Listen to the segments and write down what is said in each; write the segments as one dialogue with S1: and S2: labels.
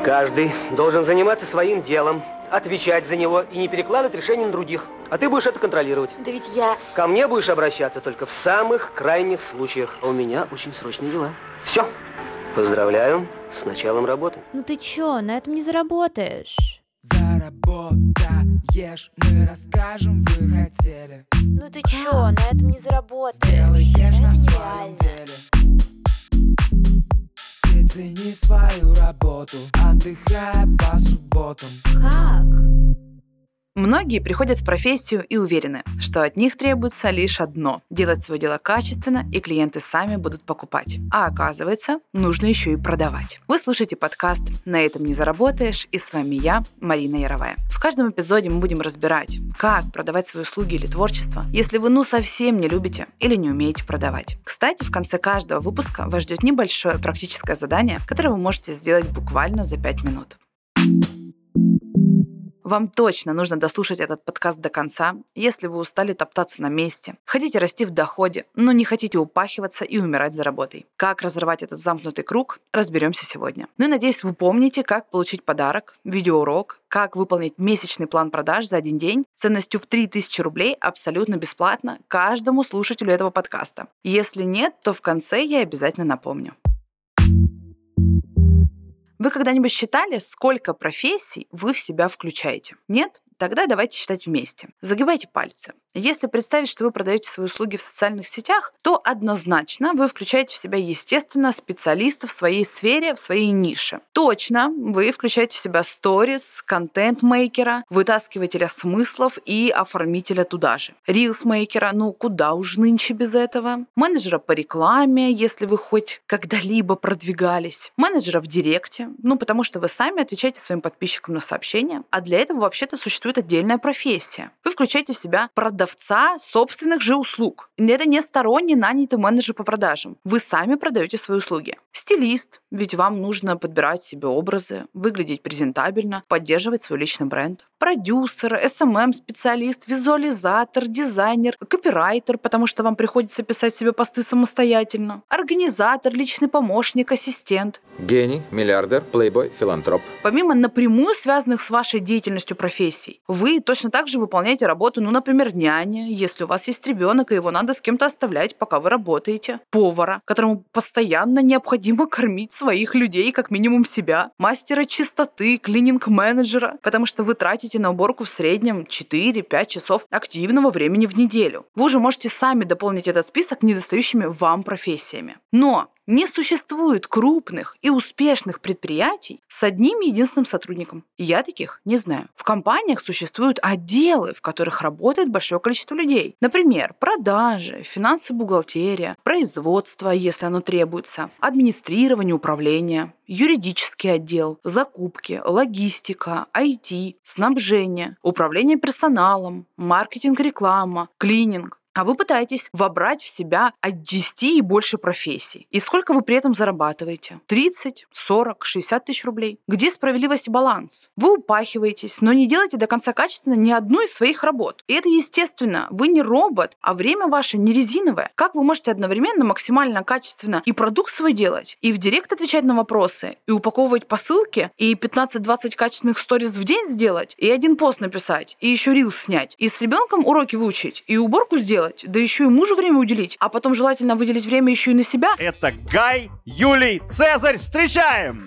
S1: Каждый должен заниматься своим делом, отвечать за него и не перекладывать решения на других. А ты будешь это контролировать.
S2: Да ведь я...
S1: Ко мне будешь обращаться только в самых крайних случаях. А у меня очень срочные дела. Все. Поздравляю с началом работы.
S3: Ну ты чё, на этом не заработаешь.
S4: Заработаешь, мы расскажем, вы хотели.
S3: Ну ты чё, на этом не заработаешь.
S4: Сделаешь на
S3: Это
S4: своем
S3: нереально.
S4: деле. Ты цени свою работу, отдыхая по субботам.
S3: Как?
S5: Многие приходят в профессию и уверены, что от них требуется лишь одно – делать свое дело качественно, и клиенты сами будут покупать. А оказывается, нужно еще и продавать. Вы слушаете подкаст «На этом не заработаешь», и с вами я, Марина Яровая. В каждом эпизоде мы будем разбирать, как продавать свои услуги или творчество, если вы совсем не любите или не умеете продавать. Кстати, в конце каждого выпуска вас ждет небольшое практическое задание, которое вы можете сделать буквально за 5 минут. Вам точно нужно дослушать этот подкаст до конца, если вы устали топтаться на месте, хотите расти в доходе, но не хотите упахиваться и умирать за работой. Как разорвать этот замкнутый круг, разберемся сегодня. Ну и надеюсь, вы помните, как получить подарок, видеоурок, как выполнить месячный план продаж за один день ценностью в 3000 рублей абсолютно бесплатно каждому слушателю этого подкаста. Если нет, то в конце я обязательно напомню. Вы когда-нибудь считали, сколько профессий вы в себя включаете? Нет? Тогда давайте считать вместе. Загибайте пальцы. Если представить, что вы продаете свои услуги в социальных сетях, то однозначно вы включаете в себя, естественно, специалистов в своей сфере, в своей нише. Точно, вы включаете в себя сторис, контент-мейкера, вытаскивателя смыслов и оформителя туда же. Рилс-мейкера, куда уж нынче без этого. Менеджера по рекламе, если вы хоть когда-либо продвигались. Менеджера в директе, потому что вы сами отвечаете своим подписчикам на сообщения, а для этого вообще-то существует отдельная профессия. Вы включаете в себя продавца собственных же услуг. Это не сторонний нанятый менеджер по продажам. Вы сами продаете свои услуги. Стилист, ведь вам нужно подбирать себе образы, выглядеть презентабельно, поддерживать свой личный бренд. Продюсер, SMM-специалист, визуализатор, дизайнер, копирайтер, потому что вам приходится писать себе посты самостоятельно. Организатор, личный помощник, ассистент.
S6: Гений, миллиардер, плейбой, филантроп.
S5: Помимо напрямую связанных с вашей деятельностью профессий, вы точно так же выполняете работу, например, няня, если у вас есть ребенок, и его надо с кем-то оставлять, пока вы работаете. Повара, которому постоянно необходимо кормить своих людей, как минимум себя. Мастера чистоты, клининг-менеджера, потому что вы тратите на уборку в среднем 4-5 часов активного времени в неделю. Вы уже можете сами дополнить этот список недостающими вам профессиями. Но не существует крупных и успешных предприятий с одним единственным сотрудником. Я таких не знаю. В компаниях существуют отделы, в которых работает большое количество людей. Например, продажи, финансы, бухгалтерия, производство, если оно требуется, администрирование, управление, юридический отдел, закупки, логистика, IT, снабжение, управление персоналом, маркетинг, реклама, клининг. А вы пытаетесь вобрать в себя от 10 и больше профессий. И сколько вы при этом зарабатываете? 30, 40, 60 тысяч рублей. Где справедливость и баланс? Вы упахиваетесь, но не делаете до конца качественно ни одну из своих работ. И это естественно. Вы не робот, а время ваше не резиновое. Как вы можете одновременно максимально качественно и продукт свой делать, и в директ отвечать на вопросы, и упаковывать посылки, и 15-20 качественных сториз в день сделать, и один пост написать, и еще рилс снять, и с ребенком уроки выучить, и уборку сделать, да еще и мужу время уделить, а потом желательно выделить время еще и на себя.
S7: Это Гай Юлий Цезарь. Встречаем!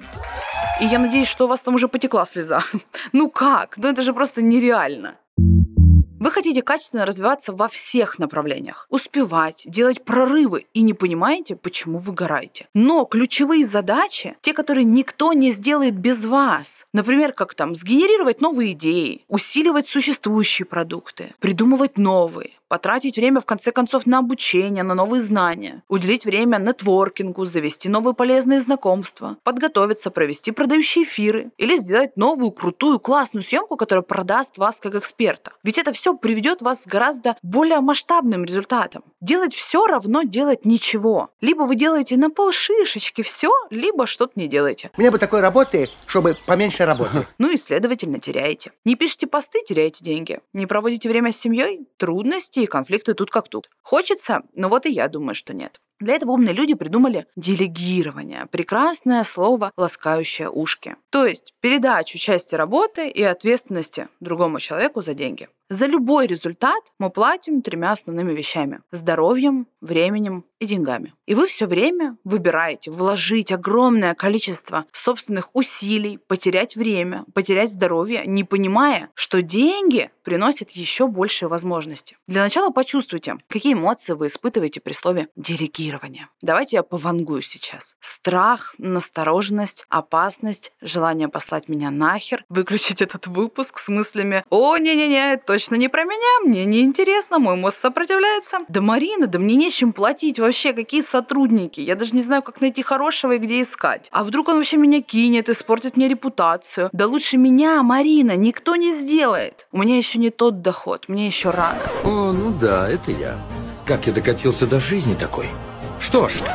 S5: И я надеюсь, что у вас там уже потекла слеза. Как? Это же просто нереально. Вы хотите качественно развиваться во всех направлениях, успевать, делать прорывы и не понимаете, почему выгораете. Но ключевые задачи, те, которые никто не сделает без вас, например, как сгенерировать новые идеи, усиливать существующие продукты, придумывать новые, потратить время, в конце концов, на обучение, на новые знания, уделить время нетворкингу, завести новые полезные знакомства, подготовиться, провести продающие эфиры или сделать новую, крутую, классную съемку, которая продаст вас как эксперта. Ведь это все приведет вас к гораздо более масштабным результатам. Делать все равно делать ничего. Либо вы делаете на полшишечки все, либо что-то не делаете.
S1: Мне бы такой работы, чтобы поменьше работы.
S5: И, следовательно, теряете. Не пишите посты, теряете деньги. Не проводите время с семьей? Трудности и конфликты тут как тут. Хочется? И я думаю, что нет. Для этого умные люди придумали делегирование. Прекрасное слово, ласкающее ушки. То есть передачу части работы и ответственности другому человеку за деньги. За любой результат мы платим 3 основными вещами: здоровьем, временем и деньгами. И вы все время выбираете вложить огромное количество собственных усилий, потерять время, потерять здоровье, не понимая, что деньги приносят еще большие возможности. Для начала почувствуйте, какие эмоции вы испытываете при слове «делегирование». Давайте я повангую сейчас. Страх, настороженность, опасность, желание послать меня нахер, выключить этот выпуск с мыслями: «О, не-не-не, это точно не про меня, мне не интересно, мой мозг сопротивляется». Да, Марина, да мне нечем платить вообще, какие сотрудники? Я даже не знаю, как найти хорошего и где искать. А вдруг он вообще меня кинет, испортит мне репутацию? Да лучше меня, Марина, никто не сделает. У меня еще не тот доход, мне еще рано.
S2: О, ну да, это я. Как я докатился до жизни такой? Что ж,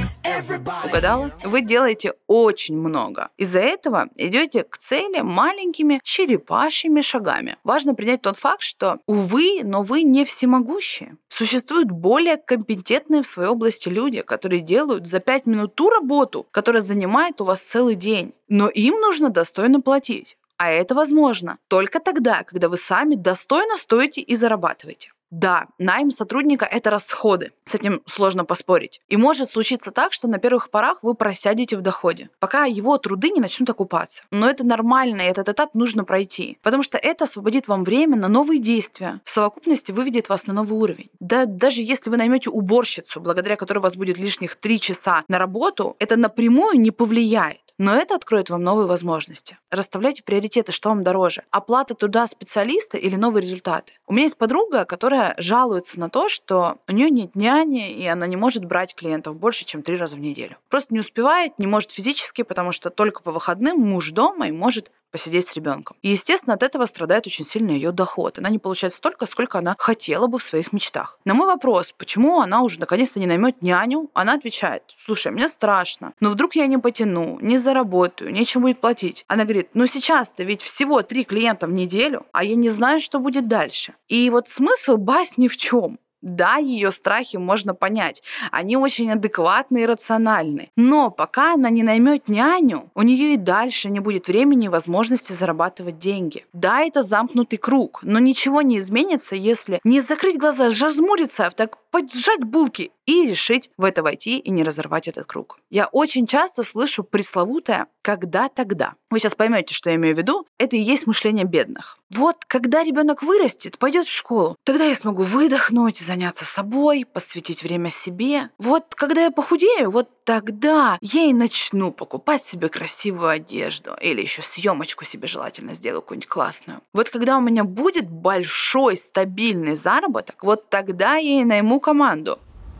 S5: Угадала? Вы делаете очень много. Из-за этого идете к цели маленькими черепашьими шагами. Важно принять тот факт, что, увы, но вы не всемогущие. Существуют более компетентные в своей области люди, которые делают за 5 минут ту работу, которая занимает у вас целый день. Но им нужно достойно платить. А это возможно только тогда, когда вы сами достойно стоите и зарабатываете. Да, найм сотрудника – это расходы. С этим сложно поспорить. И может случиться так, что на первых порах вы просядете в доходе, пока его труды не начнут окупаться. Но это нормально, и этот этап нужно пройти, потому что это освободит вам время на новые действия. В совокупности выведет вас на новый уровень. Да, даже если вы наймете уборщицу, благодаря которой у вас будет лишних 3 часа на работу, это напрямую не повлияет. Но это откроет вам новые возможности. Расставляйте приоритеты, что вам дороже. Оплата труда специалиста или новые результаты. У меня есть подруга, которая жалуется на то, что у нее нет няни, и она не может брать клиентов больше, чем 3 раза в неделю. Просто не успевает, не может физически, потому что только по выходным муж дома и может посидеть с ребенком. И, естественно, от этого страдает очень сильно ее доход. Она не получает столько, сколько она хотела бы в своих мечтах. На мой вопрос, почему она уже наконец-то не наймет няню, она отвечает: слушай, мне страшно, но вдруг я не потяну, не заработаю, нечем будет платить. Она говорит: ну сейчас-то ведь всего 3 клиента в неделю, а я не знаю, что будет дальше. И вот смысл басни в чем? Да, ее страхи можно понять. Они очень адекватны и рациональны. Но пока она не наймет няню, у нее и дальше не будет времени и возможности зарабатывать деньги. Да, это замкнутый круг, но ничего не изменится, если не закрыть глаза, зажмуриться, так поджать булки и решить в это войти и не разорвать этот круг. Я очень часто слышу пресловутое «когда тогда». Вы сейчас поймете, что я имею в виду. Это и есть мышление бедных. Вот когда ребенок вырастет, пойдет в школу, тогда я смогу выдохнуть, заняться собой, посвятить время себе. Вот когда я похудею, вот тогда я и начну покупать себе красивую одежду. Или еще съемочку себе желательно сделаю какую-нибудь классную. Вот когда у меня будет большой стабильный заработок, вот тогда я и найму команду.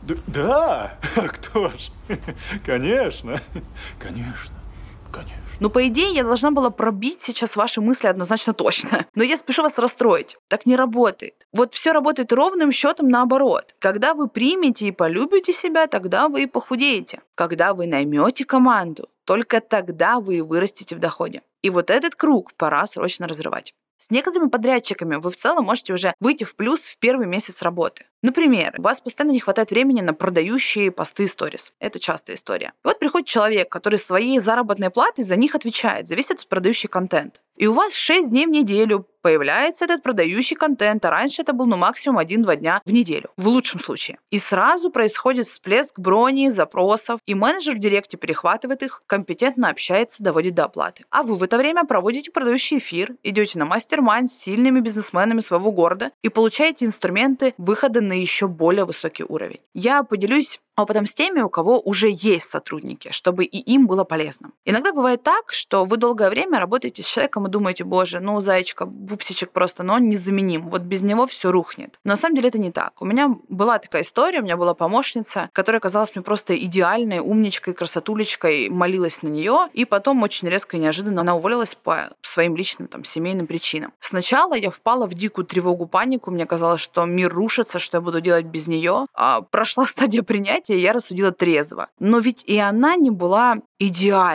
S8: Да, а кто ж? Конечно, конечно.
S5: Ну, по идее, я должна была пробить сейчас ваши мысли однозначно точно. Но я спешу вас расстроить. Так не работает. Вот все работает ровным счетом наоборот. Когда вы примете и полюбите себя, тогда вы и похудеете. Когда вы наймете команду, только тогда вы и вырастете в доходе. И вот этот круг пора срочно разрывать. С некоторыми подрядчиками вы в целом можете уже выйти в плюс в первый месяц работы. Например, у вас постоянно не хватает времени на продающие посты сторис. Это частая история. И вот приходит человек, который своей заработной платой за них отвечает, за весь этот продающий контент. И у вас 6 дней в неделю появляется этот продающий контент, а раньше это был максимум 1-2 дня в неделю, в лучшем случае. И сразу происходит всплеск брони, запросов, и менеджер в директе перехватывает их, компетентно общается, доводит до оплаты. А вы в это время проводите продающий эфир, идете на мастер-майнд с сильными бизнесменами своего города и получаете инструменты выхода на еще более высокий уровень. Я поделюсь опытом с теми, у кого уже есть сотрудники, чтобы и им было полезно. Иногда бывает так, что вы долгое время работаете с человеком и думаете: боже, ну зайчика, пупсичек просто, но он незаменим, вот без него все рухнет. Но на самом деле это не так. У меня была такая история, у меня была помощница, которая казалась мне просто идеальной, умничкой, красотулечкой, молилась на нее, и потом очень резко и неожиданно она уволилась по своим личным семейным причинам. Сначала я впала в дикую тревогу, панику, мне казалось, что мир рушится, что я буду делать без нее. Прошла стадия принятия, и я рассудила трезво. Но ведь и она не была идеальна.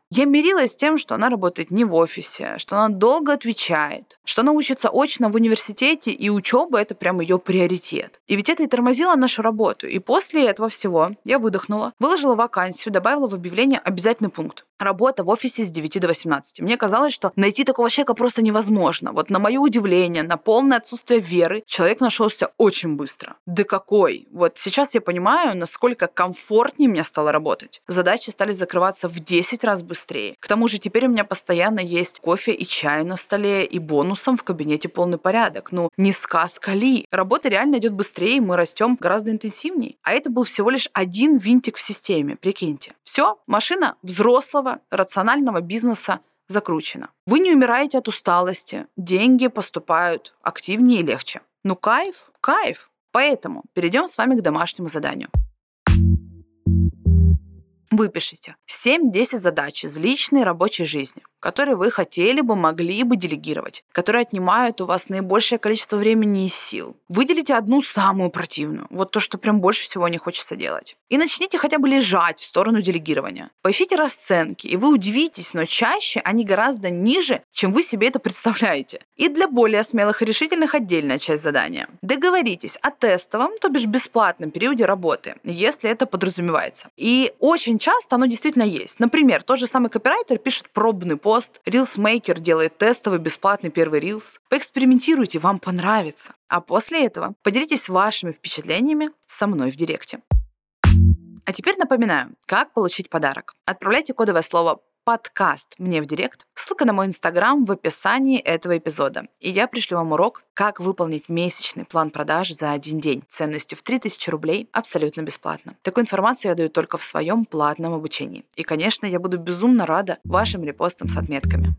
S5: Я мирилась с тем, что она работает не в офисе, что она долго отвечает, что она учится очно в университете, и учеба — это прям ее приоритет. И ведь это и тормозило нашу работу. И после этого всего я выдохнула, выложила вакансию, добавила в объявление обязательный пункт. Работа в офисе с 9 до 18. Мне казалось, что найти такого человека просто невозможно. Вот на мое удивление, на полное отсутствие веры, человек нашелся очень быстро. Да какой! Вот сейчас я понимаю, насколько комфортнее мне стало работать. Задачи стали закрываться в 10 раз быстрее. К тому же теперь у меня постоянно есть кофе и чай на столе, и бонусом в кабинете полный порядок. Ну, не сказка ли? Работа реально идет быстрее, и мы растем гораздо интенсивнее. А это был всего лишь один винтик в системе, прикиньте. Все, машина взрослого, рационального бизнеса закручена. Вы не умираете от усталости, деньги поступают активнее и легче. Ну кайф, кайф. Поэтому перейдем с вами к домашнему заданию. Выпишите 7-10 задач из личной рабочей жизни, которые вы хотели бы, могли бы делегировать, которые отнимают у вас наибольшее количество времени и сил. Выделите одну самую противную, вот то, что прям больше всего не хочется делать. И начните хотя бы лежать в сторону делегирования. Поищите расценки, и вы удивитесь, но чаще они гораздо ниже, чем вы себе это представляете. И для более смелых и решительных отдельная часть задания. Договоритесь о тестовом, то бишь бесплатном периоде работы, если это подразумевается. И очень часто оно действительно есть. Например, тот же самый копирайтер пишет пробный пост, рилсмейкер делает тестовый бесплатный первый рилс. Поэкспериментируйте, вам понравится. А после этого поделитесь вашими впечатлениями со мной в директе. А теперь напоминаю, как получить подарок. Отправляйте кодовое слово «подкаст» мне в директ. Ссылка на мой инстаграм в описании этого эпизода. И я пришлю вам урок, как выполнить месячный план продаж за один день ценностью в 3000 рублей абсолютно бесплатно. Такую информацию я даю только в своем платном обучении. И, конечно, я буду безумно рада вашим репостам с отметками.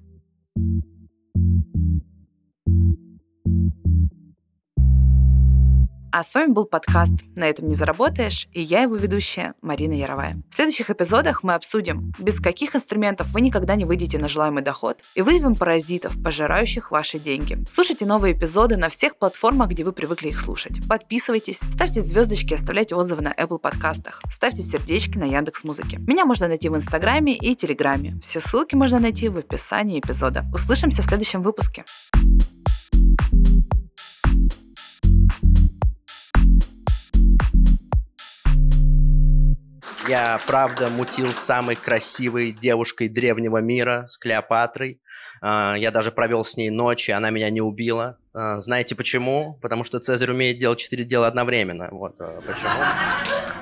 S5: А с вами был подкаст «На этом не заработаешь», и я его ведущая Марина Яровая. В следующих эпизодах мы обсудим, без каких инструментов вы никогда не выйдете на желаемый доход, и выявим паразитов, пожирающих ваши деньги. Слушайте новые эпизоды на всех платформах, где вы привыкли их слушать. Подписывайтесь, ставьте звездочки, оставляйте отзывы на Apple подкастах, ставьте сердечки на Яндекс.Музыке. Меня можно найти в Инстаграме и Телеграме. Все ссылки можно найти в описании эпизода. Услышимся в следующем выпуске.
S9: Я, правда, мутил с самой красивой девушкой древнего мира, с Клеопатрой. Я даже провел с ней ночь, и она меня не убила. Знаете почему? Потому что Цезарь умеет делать 4 дела одновременно. Вот почему.